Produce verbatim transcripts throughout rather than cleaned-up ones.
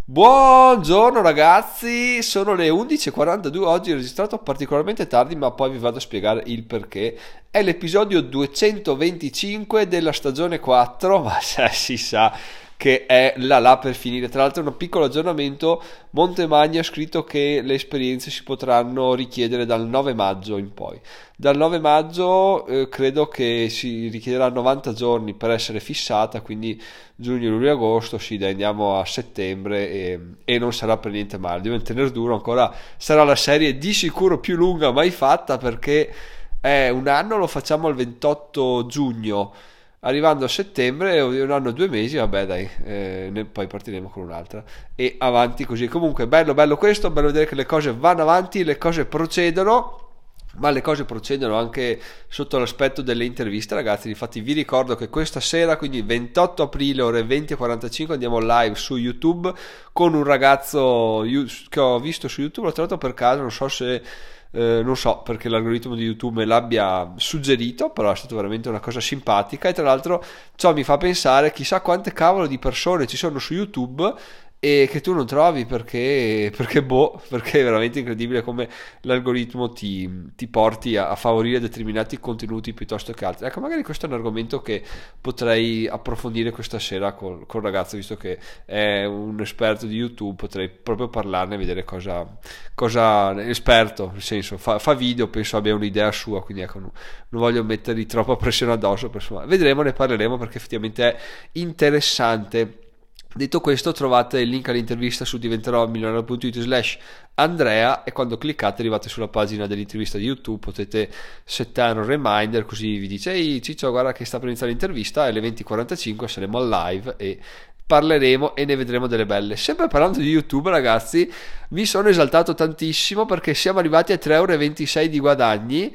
Buongiorno ragazzi, sono le undici e quarantadue, oggi ho registrato particolarmente tardi ma poi vi vado a spiegare il perché. È l'episodio duecentoventicinque della stagione quattro, ma si sa che è là là per finire. Tra l'altro un piccolo aggiornamento: Montemagno ha scritto che le esperienze si potranno richiedere dal nove maggio in poi. Dal nove maggio eh, credo che si richiederà novanta giorni per essere fissata, quindi giugno, luglio, agosto, sì dai, andiamo a settembre e, e non sarà per niente male. Deve tenere duro ancora, sarà la serie di sicuro più lunga mai fatta, perché è un anno, lo facciamo il ventotto giugno, arrivando a settembre un anno e due mesi, vabbè dai, eh, ne, poi partiremo con un'altra e avanti così. Comunque bello bello questo, bello vedere che le cose vanno avanti, le cose procedono, ma le cose procedono anche sotto l'aspetto delle interviste, ragazzi. Infatti vi ricordo che questa sera, quindi ventotto aprile ore venti e quarantacinque, andiamo live su YouTube con un ragazzo che ho visto su YouTube, l'ho trovato per caso, non so se Eh, non so perché l'algoritmo di YouTube me l'abbia suggerito, però è stata veramente una cosa simpatica. E tra l'altro ciò mi fa pensare, chissà quante cavolo di persone ci sono su YouTube e che tu non trovi, perché perché boh, perché è veramente incredibile come l'algoritmo ti, ti porti a, a favorire determinati contenuti piuttosto che altri. Ecco, magari questo è un argomento che potrei approfondire questa sera col, col ragazzo, visto che è un esperto di YouTube. Potrei proprio parlarne e vedere cosa, cosa esperto, nel senso fa, fa video, penso abbia un'idea sua, quindi ecco, non, non voglio mettergli troppa pressione addosso, per, insomma, vedremo, ne parleremo perché effettivamente è interessante. Detto questo, trovate il link all'intervista su diventerò milionario punto it slash Andrea, e quando cliccate arrivate sulla pagina dell'intervista di YouTube, potete settare un reminder così vi dice: ehi Ciccio, guarda che sta per iniziare l'intervista, e alle venti e quarantacinque saremo al live e parleremo e ne vedremo delle belle. Sempre parlando di YouTube, ragazzi, mi sono esaltato tantissimo perché siamo arrivati a tre e ventisei euro di guadagni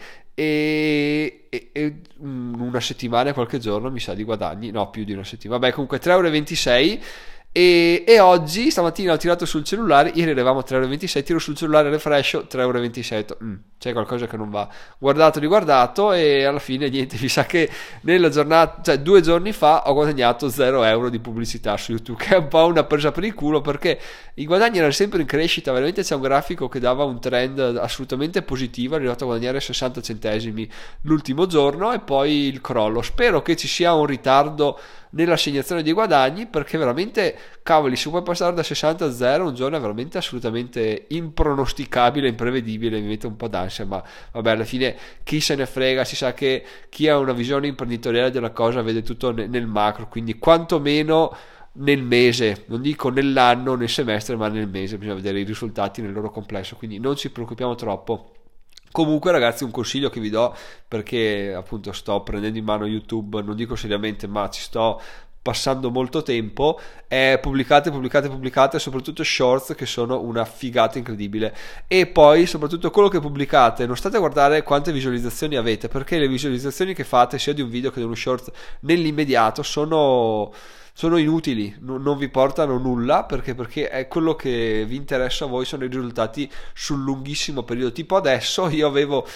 e, e, e una settimana e qualche giorno mi sa di guadagni, no, più di una settimana, vabbè, comunque tre e ventisei euro. E, e oggi stamattina ho tirato sul cellulare, ieri eravamo a tre e ventisei euro, tiro sul cellulare, refresh, tre e ventisei euro. Mm, c'è qualcosa che non va, guardato riguardato, e alla fine niente, mi sa che nella giornata, cioè due giorni fa, ho guadagnato zero euro di pubblicità su YouTube, che è un po' una presa per il culo, perché i guadagni erano sempre in crescita, veramente c'è un grafico che dava un trend assolutamente positivo, è arrivato a guadagnare sessanta centesimi l'ultimo giorno e poi il crollo. Spero che ci sia un ritardo nell'assegnazione dei guadagni, perché veramente, cavoli, se puoi passare da sessanta a zero un giorno è veramente assolutamente impronosticabile, imprevedibile, mi mette un po' d'ansia, ma vabbè, alla fine chi se ne frega, si sa che chi ha una visione imprenditoriale della cosa vede tutto nel macro, quindi quantomeno nel mese, non dico nell'anno, nel semestre, ma nel mese bisogna vedere i risultati nel loro complesso, quindi non ci preoccupiamo troppo. Comunque, ragazzi, un consiglio che vi do, perché appunto sto prendendo in mano YouTube, non dico seriamente, ma ci sto passando molto tempo, è pubblicate, pubblicate, pubblicate, soprattutto shorts, che sono una figata incredibile. E poi soprattutto quello che pubblicate, non state a guardare quante visualizzazioni avete, perché le visualizzazioni che fate sia di un video che di uno short nell'immediato sono... sono inutili, no, non vi portano nulla, perché, perché è quello che vi interessa a voi sono i risultati sul lunghissimo periodo. Tipo adesso io avevo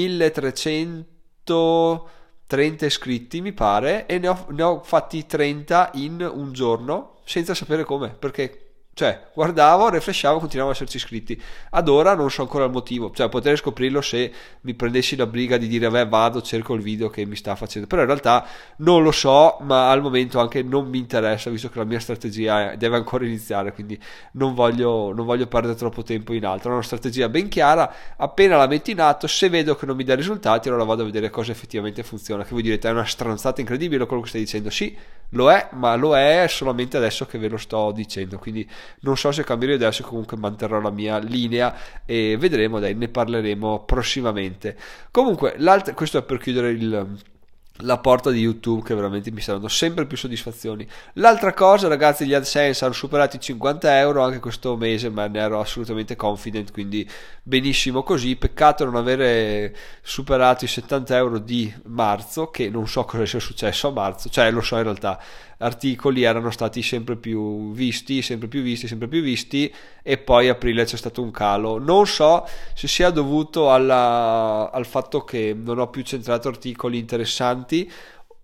milletrecentotrenta iscritti, mi pare, e ne ho, ne ho fatti trenta in un giorno senza sapere come, perché cioè guardavo, refreshavo, continuavano ad esserci iscritti. Ad ora non so ancora il motivo, cioè potrei scoprirlo se mi prendessi la briga di dire vabbè, vado, cerco il video che mi sta facendo, però in realtà non lo so, ma al momento anche non mi interessa, visto che la mia strategia è, deve ancora iniziare, quindi non voglio, non voglio perdere troppo tempo in altro. Ho una strategia ben chiara, appena la metto in atto, se vedo che non mi dà risultati, allora vado a vedere cosa effettivamente funziona. Che voi direte, è una stronzata incredibile quello che stai dicendo. Sì, lo è, ma lo è solamente adesso che ve lo sto dicendo, quindi non so se cambierò adesso, comunque manterrò la mia linea e vedremo, dai, ne parleremo prossimamente. Comunque, questo è per chiudere il... la porta di YouTube, che veramente mi sta dando sempre più soddisfazioni. L'altra cosa, ragazzi, gli AdSense hanno superato i cinquanta euro anche questo mese, ma ne ero assolutamente confident, quindi benissimo così. Peccato non avere superato i settanta euro di marzo, che non so cosa sia successo a marzo, cioè lo so in realtà, articoli erano stati sempre più visti, sempre più visti, sempre più visti, e poi a aprile c'è stato un calo. Non so se sia dovuto alla, al fatto che non ho più centrato articoli interessanti,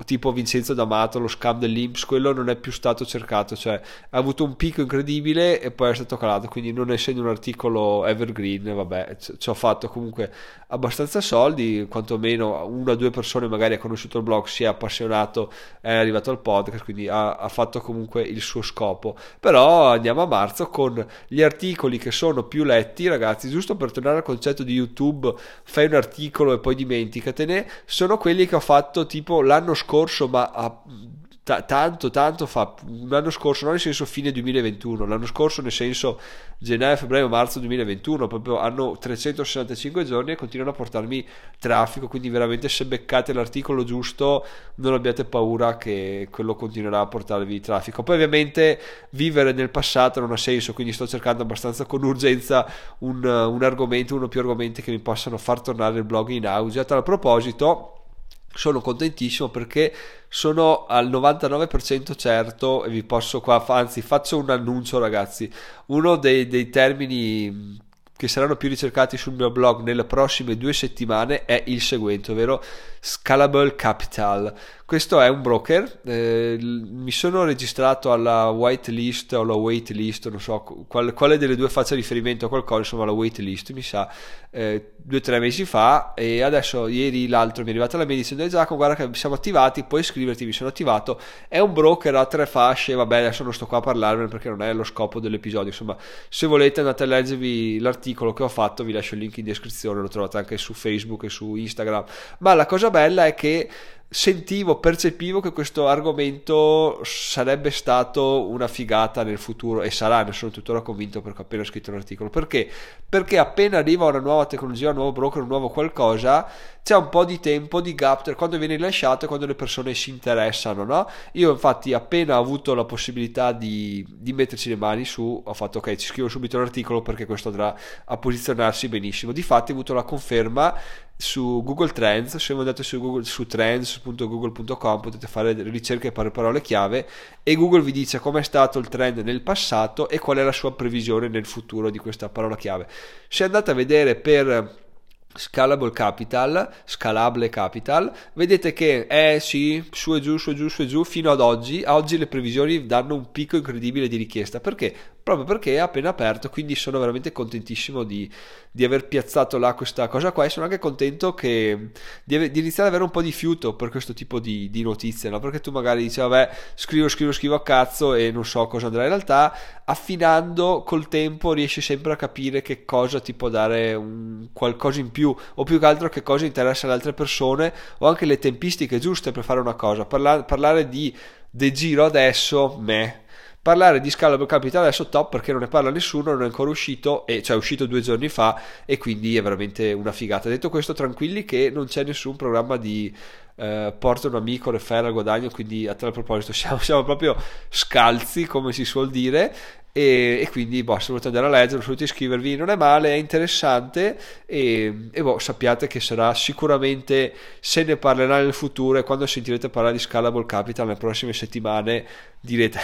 tipo Vincenzo D'Amato, lo scam dell'I N P S, quello non è più stato cercato, cioè ha avuto un picco incredibile e poi è stato calato, quindi non essendo un articolo evergreen, vabbè, ci ci ho fatto comunque abbastanza soldi, quantomeno una o due persone magari ha conosciuto il blog, si è appassionato, è arrivato al podcast, quindi ha, ha fatto comunque il suo scopo. Però andiamo a marzo con gli articoli che sono più letti, ragazzi, giusto per tornare al concetto di YouTube, fai un articolo e poi dimenticatene, sono quelli che ho fatto tipo l'anno scorso, ma a ta- tanto tanto fa, un anno scorso, non nel senso fine duemilaventuno, l'anno scorso nel senso gennaio, febbraio, marzo duemilaventuno, proprio hanno trecentosessantacinque giorni e continuano a portarmi traffico, quindi veramente se beccate l'articolo giusto non abbiate paura che quello continuerà a portarvi traffico. Poi ovviamente vivere nel passato non ha senso, quindi sto cercando abbastanza con urgenza un, un argomento, uno o più argomenti che mi possano far tornare il blog in auge. A tal proposito sono contentissimo perché sono al novantanove per cento certo, e vi posso qua, anzi faccio un annuncio, ragazzi, uno dei, dei termini che saranno più ricercati sul mio blog nelle prossime due settimane è il seguente, ovvero Scalable Capital. Questo è un broker, eh, mi sono registrato alla whitelist o alla waitlist, non so qual, quale delle due faccia riferimento a qualcosa, insomma la waitlist mi sa, eh, due o tre mesi fa, e adesso ieri l'altro mi è arrivata la mail dicendo: Giacomo, guarda che siamo attivati, puoi iscriverti. Mi sono attivato, è un broker a tre fasce, vabbè adesso non sto qua a parlarvene perché non è lo scopo dell'episodio, insomma se volete andate a leggervi l'articolo che ho fatto, vi lascio il link in descrizione, lo trovate anche su Facebook e su Instagram. Ma la cosa bella è che sentivo, percepivo che questo argomento sarebbe stato una figata nel futuro, e sarà, ne sono tuttora convinto perché ho appena scritto un articolo. Perché? Perché appena arriva una nuova tecnologia, un nuovo broker, un nuovo qualcosa, c'è un po' di tempo di gap tra quando viene rilasciato e quando le persone si interessano, no? Io infatti appena ho avuto la possibilità di, di metterci le mani su, ho fatto ok, ci scrivo subito l'articolo perché questo andrà a posizionarsi benissimo. Difatti ho avuto la conferma su Google Trends. Se andate su, Google, su trends punto google punto com potete fare ricerche per parole chiave e Google vi dice com'è stato il trend nel passato e qual è la sua previsione nel futuro di questa parola chiave. Se andate a vedere per Scalable Capital, Scalable Capital, vedete che è sì, su e giù, su e giù, su e giù fino ad oggi. A oggi le previsioni danno un picco incredibile di richiesta. Perché? Proprio perché è appena aperto, quindi sono veramente contentissimo di, di aver piazzato là questa cosa qua, e sono anche contento che, di, di iniziare ad avere un po' di fiuto per questo tipo di, di notizie, no? Perché tu magari dici vabbè scrivo scrivo scrivo a cazzo e non so cosa andrà. In realtà affinando col tempo riesci sempre a capire che cosa ti può dare un qualcosa in più, o più che altro che cosa interessa alle altre persone, o anche le tempistiche giuste per fare una cosa. Parla, parlare di De Giro adesso, meh. Parlare di Scalable Capital adesso top, perché non ne parla nessuno, non è ancora uscito, e cioè è uscito due giorni fa, e quindi è veramente una figata. Detto questo, tranquilli che non c'è nessun programma di eh, porta un amico, referral, guadagno, quindi a tal proposito siamo, siamo proprio scalzi, come si suol dire. E, e quindi boh, se volete andare a leggerlo, se volete iscrivervi, non è male, è interessante, e, e boh, sappiate che sarà sicuramente, se ne parlerà nel futuro, e quando sentirete parlare di Scalable Capital nelle prossime settimane direte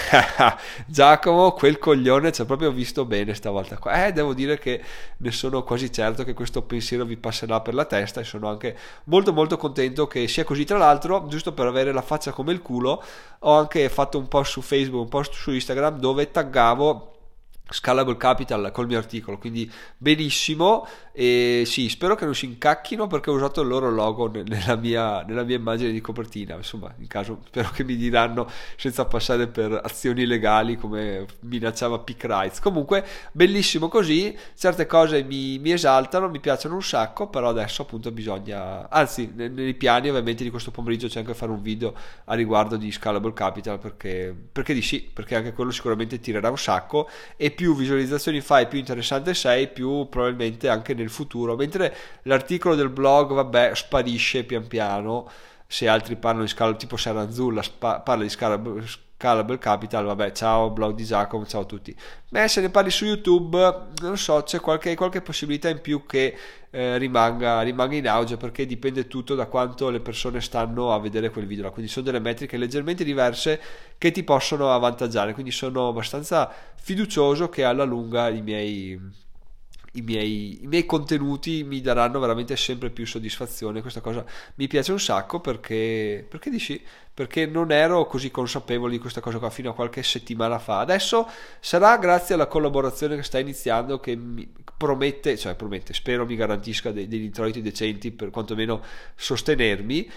Giacomo, quel coglione ci ha proprio visto bene stavolta qua. Eh, devo dire che ne sono quasi certo che questo pensiero vi passerà per la testa, e sono anche molto molto contento che sia così. Tra l'altro, giusto per avere la faccia come il culo, ho anche fatto un post su Facebook, un post su Instagram dove taggavo Scalable Capital col mio articolo, quindi benissimo. E sì, spero che non si incacchino perché ho usato il loro logo nella mia, nella mia immagine di copertina. Insomma, in caso, spero che mi diranno senza passare per azioni legali come minacciava Peak Rights. Comunque bellissimo così, certe cose mi, mi esaltano, mi piacciono un sacco, però adesso appunto bisogna, anzi nei, nei piani ovviamente di questo pomeriggio c'è anche fare un video a riguardo di Scalable Capital, perché, perché di sì, perché anche quello sicuramente tirerà un sacco, e più visualizzazioni fai, più interessante sei, più probabilmente anche nel futuro. Mentre l'articolo del blog, vabbè, sparisce pian piano, se altri parlano di Scalable, tipo Saranzulla spa- parla di Scalable, Scalable Capital, vabbè, ciao blog di Giacomo, ciao a tutti. Beh, se ne parli su YouTube, non so, c'è qualche, qualche possibilità in più che eh, rimanga, rimanga in auge, perché dipende tutto da quanto le persone stanno a vedere quel video là. Quindi sono delle metriche leggermente diverse che ti possono avvantaggiare, quindi sono abbastanza fiducioso che alla lunga i miei I miei, i miei contenuti mi daranno veramente sempre più soddisfazione. Questa cosa mi piace un sacco, perché perché di sì, perché non ero così consapevole di questa cosa qua fino a qualche settimana fa. Adesso sarà grazie alla collaborazione che sta iniziando che mi promette, cioè promette, spero mi garantisca dei, degli introiti decenti per quantomeno sostenermi,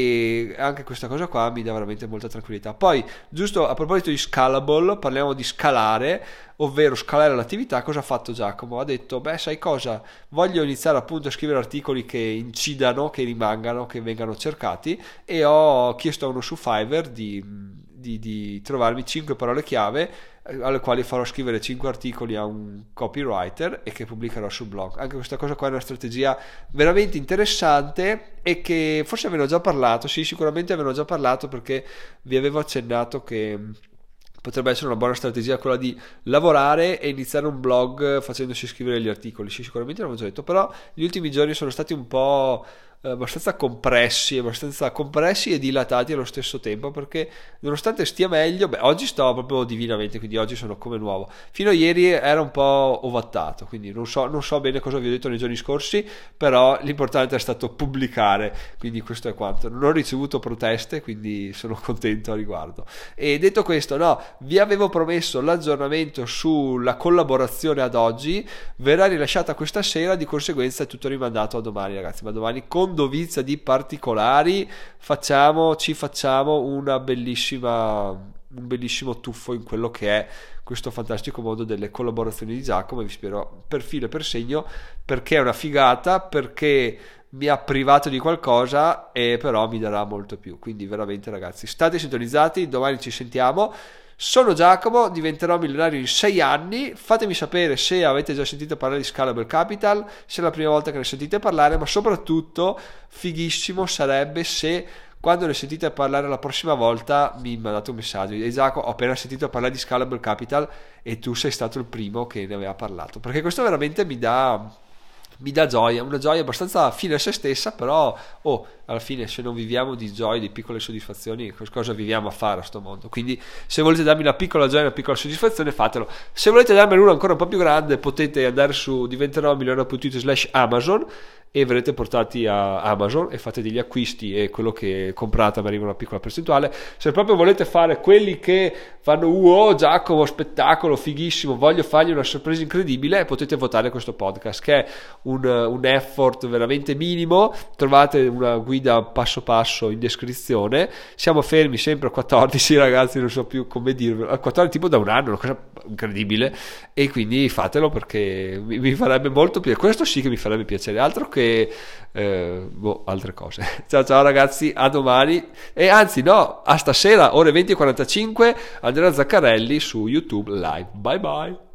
e anche questa cosa qua mi dà veramente molta tranquillità. Poi, giusto a proposito di scalable, parliamo di scalare, ovvero scalare l'attività. Cosa ha fatto Giacomo? Ha detto, beh, sai cosa, voglio iniziare appunto a scrivere articoli che incidano, che rimangano, che vengano cercati, e ho chiesto a uno su Fiverr di, di, di trovarmi cinque parole chiave alle quali farò scrivere cinque articoli a un copywriter e che pubblicherò sul blog. Anche questa cosa qua è una strategia veramente interessante e che forse avevo già parlato, sì, sicuramente avevo già parlato, perché vi avevo accennato che potrebbe essere una buona strategia quella di lavorare e iniziare un blog facendosi scrivere gli articoli. Sì, sicuramente l'avevo già detto, però gli ultimi giorni sono stati un po' abbastanza compressi, abbastanza compressi e dilatati allo stesso tempo, perché nonostante stia meglio, beh, oggi sto proprio divinamente, quindi oggi sono come nuovo. Fino a ieri era un po' ovattato, quindi non so, non so bene cosa vi ho detto nei giorni scorsi, però l'importante è stato pubblicare, quindi questo è quanto. Non ho ricevuto proteste, quindi sono contento a riguardo. E detto questo, no, vi avevo promesso l'aggiornamento sulla collaborazione ad oggi, verrà rilasciata questa sera, di conseguenza è tutto rimandato a domani, ragazzi, ma domani con dovizia di particolari facciamo, ci facciamo una bellissima, un bellissimo tuffo in quello che è questo fantastico mondo delle collaborazioni di Giacomo, e vi spiego per filo e per segno perché è una figata, perché mi ha privato di qualcosa e però mi darà molto più. Quindi veramente, ragazzi, state sintonizzati, domani ci sentiamo. Sono Giacomo, diventerò milionario in sei anni. Fatemi sapere se avete già sentito parlare di Scalable Capital, se è la prima volta che ne sentite parlare, ma soprattutto fighissimo sarebbe se quando ne sentite parlare la prossima volta mi mandate un messaggio: e Giacomo, ho appena sentito parlare di Scalable Capital e tu sei stato il primo che ne aveva parlato, perché questo veramente mi dà mi dà gioia, una gioia abbastanza fine a se stessa, però oh, alla fine se non viviamo di gioia, di piccole soddisfazioni, cosa viviamo a fare a sto mondo? Quindi se volete darmi una piccola gioia, una piccola soddisfazione, fatelo. Se volete darmene una ancora un po' più grande, potete andare su diventerò milionario punto it slash Amazon e verrete portati a Amazon e fate degli acquisti e quello che comprate mi arriva una piccola percentuale. Se proprio volete fare quelli che fanno wow Giacomo spettacolo fighissimo, voglio fargli una sorpresa incredibile, potete votare questo podcast, che è un, un effort veramente minimo. Trovate una guida passo passo in descrizione. Siamo fermi sempre a quattordici, ragazzi, non so più come dirvelo, a quattordici tipo da un anno, una cosa incredibile, e quindi fatelo perché mi, mi farebbe molto piacere. Questo sì che mi farebbe piacere, altro che eh, boh, altre cose. Ciao ciao ragazzi, a domani, e anzi no, a stasera ore venti e quarantacinque Andrea Zaccarelli su YouTube Live. Bye bye.